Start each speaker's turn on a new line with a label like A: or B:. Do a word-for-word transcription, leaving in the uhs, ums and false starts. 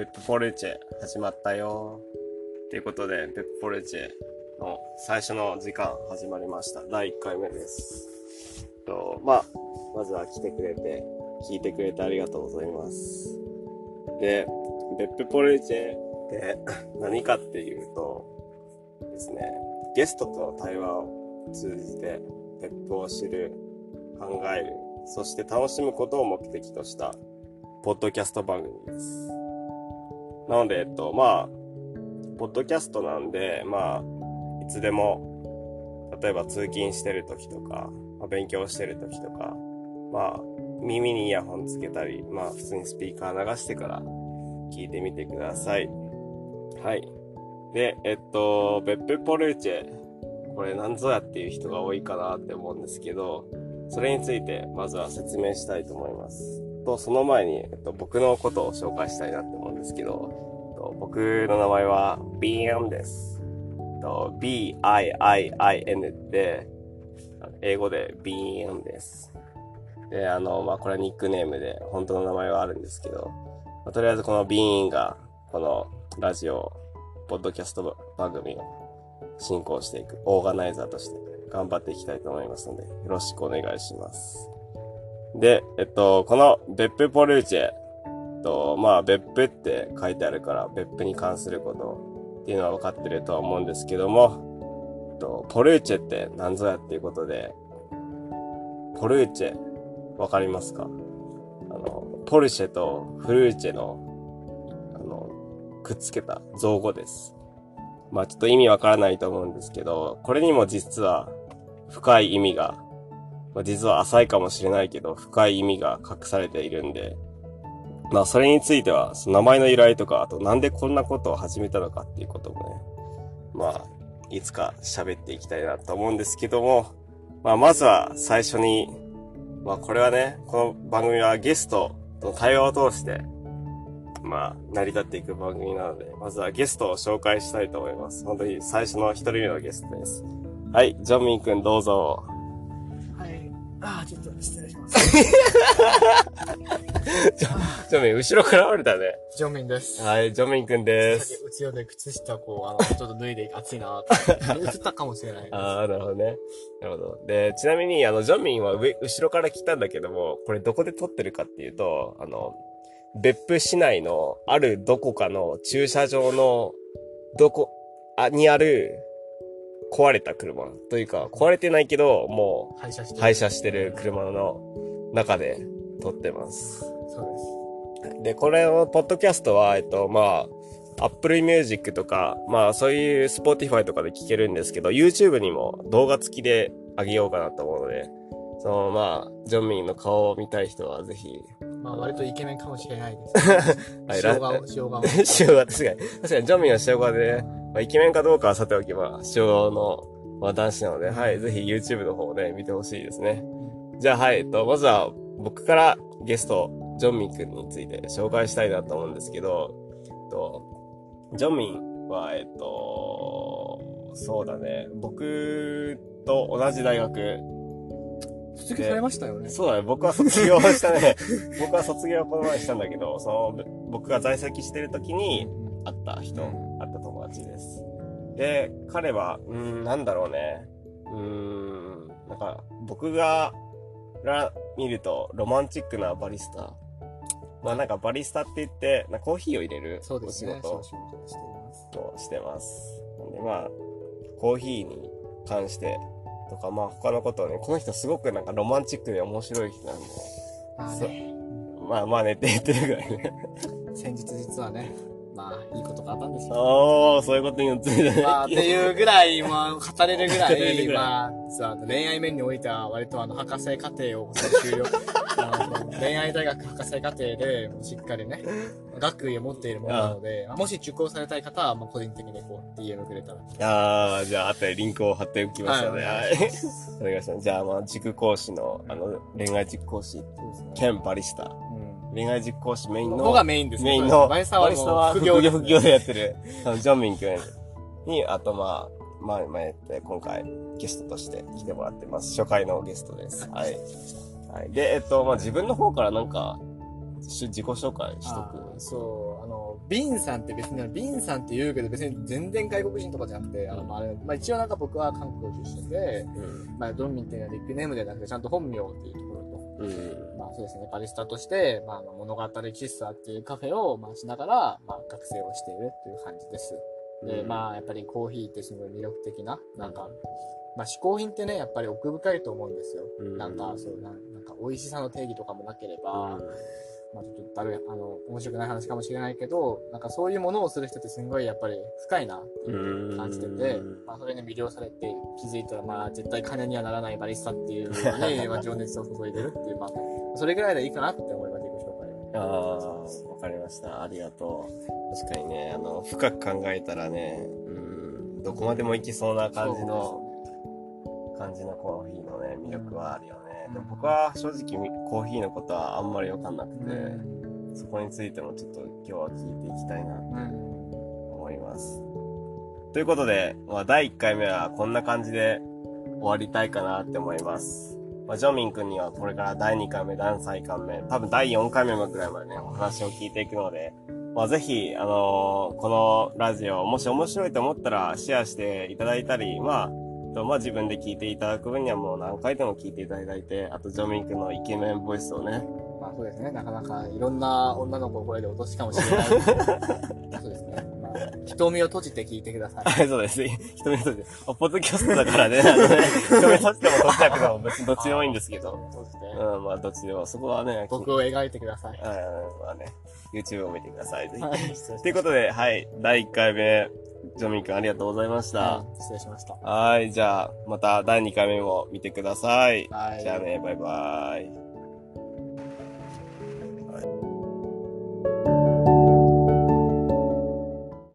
A: プポルチェ始まったよということで、ベップポルチェの最初の時間始まりました。だいいっかいめです。とまあ、まずは来てくれて、聞いてくれてありがとうございます。で、ベップポルチェって何かっていうとですね、ゲストとの対話を通じて別府を知る、考える、そして楽しむことを目的としたポッドキャスト番組です。なので、えっと、まあ、ポッドキャストなんで、まあ、いつでも、例えば通勤してる時とか、まあ、勉強してる時とか、まあ、耳にイヤホンつけたり、まあ、普通にスピーカー流してから聞いてみてください。はい。で、えっと、ベップポルチェ、これ何ぞやっていう人が多いかなって思うんですけど、それについてまずは説明したいと思います。と、その前に、えっと、僕のことを紹介したいなって思うんですけど、と僕の名前は ビーエム です。と ビーアイアイアイエヌ で、英語で ビーエム です。で、あの、まあ、これはニックネームで、本当の名前はあるんですけど、まあ、とりあえずこの ビーエム が、このラジオ、ポッドキャスト番組を進行していく、オーガナイザーとして頑張っていきたいと思いますので、よろしくお願いします。で、えっと、この別府ポルチェと、まあ、別府って書いてあるから、別府に関することっていうのは分かってるとは思うんですけども、とポルチェって何ぞやっていうことで、ポルチェ、わかりますか？あの、ポルシェとフルーチェの、あの、くっつけた造語です。まあちょっと意味わからないと思うんですけど、これにも実は深い意味が、まあ、実は浅いかもしれないけど、深い意味が隠されているんで、まあそれについては、その名前の由来とか、あとなんでこんなことを始めたのかっていうこともね、まあ、いつか喋っていきたいなと思うんですけども、まあまずは最初に、まあこれはね、この番組はゲストと対話を通して、まあ成り立っていく番組なので、まずはゲストを紹介したいと思います。本当に最初の一人目のゲストです。はい、ジョンミンくんどうぞ。
B: はい。ああ、ちょっと失礼します。
A: ジョジョンミン、後ろから現れたね。
B: ジョンミンです。
A: はい、ジョンミンくんです。
B: さっきうちよで靴下こう、あの、ちょっと脱いで暑いなーって。映ったかもしれないです。
A: ああ、なるほどね。なるほど。で、ちなみに、あの、ジョンミンは上、後ろから来たんだけども、これどこで撮ってるかっていうと、あの、別府市内のあるどこかの駐車場の、どこ、あ、にある、壊れた車というか、壊れてないけど、もう、
B: 廃車してる。
A: 廃車してる車の中で撮ってます。
B: そう
A: です。で、これを、ポッドキャストは、えっと、まあ、Apple Music とか、まあ、そういう Spotify とかで聴けるんですけど、YouTube にも動画付きであげようかなと思うので、その、まあ、ジョンミンの顔を見たい人はぜひ。
B: まあ、割とイケメンかもしれないです、ね。はい、塩顔、塩顔。
A: 塩顔、確かに。確かに、ジョンミンは塩顔でね、まあ、イケメンかどうかはさておき、まあ、塩顔の、まあ、男子なので、はい、ぜひ YouTube の方をね、見てほしいですね。じゃあ、はい、えっと、まずは、僕からゲスト、ジョンミンくんについて紹介したいなと思うんですけど、えっと、ジョンミンは、えっと、そうだね、僕と同じ大学。
B: 卒業されましたよね。
A: そうだね、僕は卒業したね。僕は卒業をこの前したんだけど、その、僕が在籍してる時に会った人、会った友達です。で、彼は、うーん、なんだろうね。うーん、なんか、僕が、ら、見ると、ロマンチックなバリスタ。まあなんかバリスタって言って、なコーヒーを入れる
B: そうですね、
A: お仕事を
B: そう仕事をしています。
A: としてます。なんでまあ、コーヒーに関してとか、まあ他のことをね、この人すごくなんかロマンチックで面白い人なんで。
B: まあね。
A: まあまあねって言ってるぐらいね。
B: 先日実はね、まあいいことがあったんですよ。
A: おー、そういうことについて。
B: まあっていうぐらい、まあ語れるぐらい、まあ、実は恋愛面においては割とあの博士課程を修了、あの恋愛大学博士課程でもうしっかりね、学位を持っているものなので、もし受講されたい方は、まあ個人的にこう ディーエム くれたら。
A: ああ、じゃあ後でリンクを貼っておきますので、はい。お願いします。じゃあまあ塾講師の、あの、恋愛塾講師、兼バリスタ。恋愛塾講師メインの。
B: ここがメインですね。
A: メインの。
B: バリスタは
A: 副業で、副業でやってる、あの、ジョンミンくんに、あとまあ、まあ、まあ、今回ゲストとして来てもらってます。初回のゲストです。はい。はい。で、えっと、まあ自分の方からなんか、自己紹介しとく。
B: そう、あの、 ビンさんって別に、ビンさんって言うけど別に全然外国人とかじゃなくて、あの、まあ、あれ、まあ一応なんか僕は韓国出身で、
A: うん。
B: まあドンミンっていうのはニックネームではなくてちゃんと本名っていうところと、
A: うん。
B: まあそうですね、バリスタとして、まああの物語喫茶っていうカフェを、まあしながら、まあ学生をしているっていう感じです。で、
A: うん
B: まあやっぱりコーヒーってすごい魅力的な、なんか、まあ嗜好品ってね、やっぱり奥深いと思うんですよ。
A: うん
B: なんか、そう、なんなんか美味しさの定義とかもなければ、まあちょっとだるい、あの、面白くない話かもしれないけど、なんかそういうものをする人ってすごいやっぱり深いなっていう感じてて、まあそれに魅了されて気づいたらまあ絶対金にはならないバリスタっていうのに、まあ情熱を注いでるっていう、まあそれぐらいでいいかなって思います、自己紹介。
A: ああ、わかりました。ありがとう。確かにね、あの、深く考えたらね、うん、どこまでも行きそうな感じの、感じのコーヒーのね、魅力はあるよね。でも僕は正直コーヒーのことはあんまりわかんなくて、うん、そこについてもちょっと今日は聞いていきたいなと思います。うん、ということで、まあ、だいいっかいめはこんな感じで終わりたいかなって思います。まあ、ジョミン君にはこれからだいにかいめ、だいさんかいめ、多分だいよんかいめぐらいまでね、お話を聞いていくので、まあ、ぜひ、あのー、このラジオ、もし面白いと思ったらシェアしていただいたり、まあ、とまあ自分で聞いていただく分にはもう何回でも聞いていただいて、あとジョミン君のイケメンボイスをね。
B: まあそうですね、なかなかいろんな女の子をこれで落とすかもしれない。そうですね。まあ、瞳を閉じて聞いてください。
A: はい、そうです。瞳を閉じて。ポッドキャストだからね、あのね、瞳を閉じても閉じなくても別にどっちでもいいんですけど。
B: そうですね。
A: うん、まあどっちでも、そこはね。
B: 僕を描いてください。
A: うん、まあね、YouTube を見てください。ぜひ。
B: はい、
A: ということで、はい、だいいっかいめ、ジョミン君ありがとうございました。
B: はい、失礼しました。
A: はい、じゃあ、まただいにかいめも見てください。
B: はい。
A: じゃあね、バイバイ。